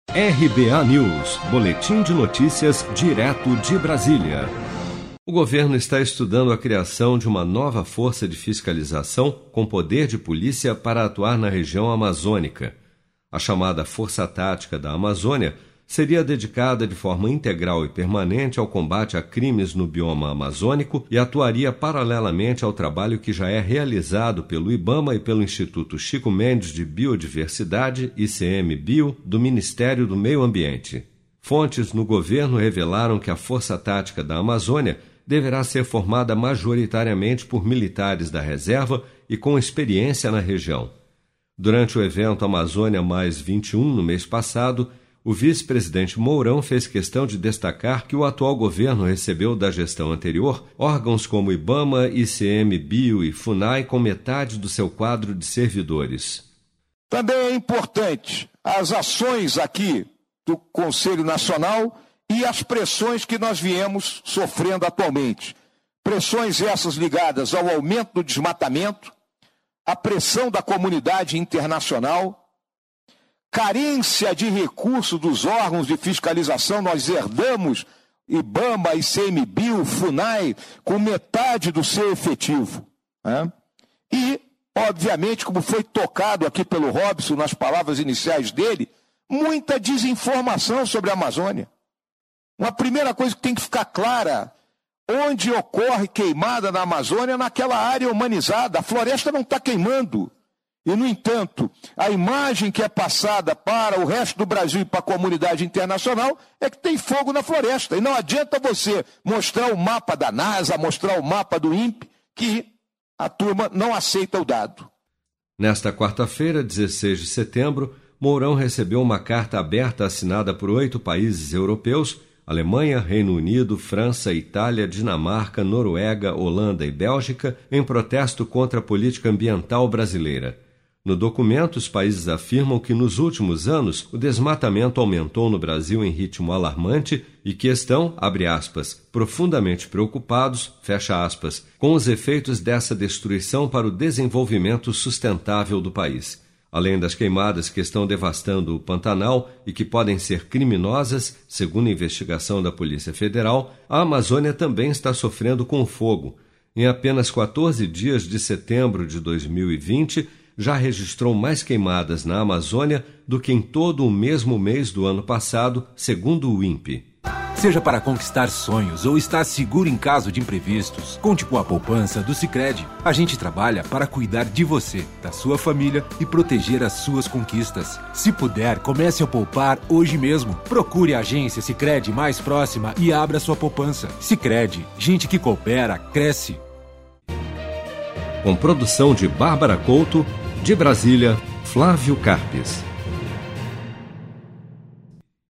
RBA News, boletim de notícias direto de Brasília. O governo está estudando a criação de uma nova força de fiscalização com poder de polícia para atuar na região amazônica. A chamada Força Tática da Amazônia seria dedicada de forma integral e permanente ao combate a crimes no bioma amazônico e atuaria paralelamente ao trabalho que já é realizado pelo IBAMA e pelo Instituto Chico Mendes de Biodiversidade, ICMBio, do Ministério do Meio Ambiente. Fontes no governo revelaram que a Força Tática da Amazônia deverá ser formada majoritariamente por militares da reserva e com experiência na região. Durante o evento Amazônia Mais 21, no mês passado, o vice-presidente Mourão fez questão de destacar que o atual governo recebeu da gestão anterior órgãos como IBAMA, ICMBio e FUNAI com metade do seu quadro de servidores. Também é importante as ações aqui do Conselho Nacional e as pressões que nós viemos sofrendo atualmente. Pressões essas ligadas ao aumento do desmatamento, a pressão da comunidade internacional, carência de recursos dos órgãos de fiscalização. Nós herdamos IBAMA, ICMBio, FUNAI com metade do seu efetivo. E, obviamente, como foi tocado aqui pelo Robson nas palavras iniciais dele, muita desinformação sobre a Amazônia. Uma primeira coisa que tem que ficar clara: onde ocorre queimada na Amazônia, naquela área humanizada. A floresta não está queimando. E, no entanto, a imagem que é passada para o resto do Brasil e para a comunidade internacional é que tem fogo na floresta. E não adianta você mostrar o mapa da NASA, mostrar o mapa do INPE, que a turma não aceita o dado. Nesta quarta-feira, 16 de setembro, Mourão recebeu uma carta aberta assinada por 8 países europeus: Alemanha, Reino Unido, França, Itália, Dinamarca, Noruega, Holanda e Bélgica, em protesto contra a política ambiental brasileira. No documento, os países afirmam que nos últimos anos o desmatamento aumentou no Brasil em ritmo alarmante e que estão, abre aspas, profundamente preocupados, fecha aspas, com os efeitos dessa destruição para o desenvolvimento sustentável do país. Além das queimadas que estão devastando o Pantanal e que podem ser criminosas, segundo a investigação da Polícia Federal, a Amazônia também está sofrendo com fogo. Em apenas 14 dias de setembro de 2020, já registrou mais queimadas na Amazônia do que em todo o mesmo mês do ano passado, segundo o INPE. Seja para conquistar sonhos ou estar seguro em caso de imprevistos, conte com a poupança do Sicredi. A gente trabalha para cuidar de você, da sua família e proteger as suas conquistas. Se puder, comece a poupar hoje mesmo. Procure a agência Sicredi mais próxima e abra sua poupança. Sicredi, gente que coopera, cresce. Com produção de Bárbara Couto, de Brasília, Flávio Carpes.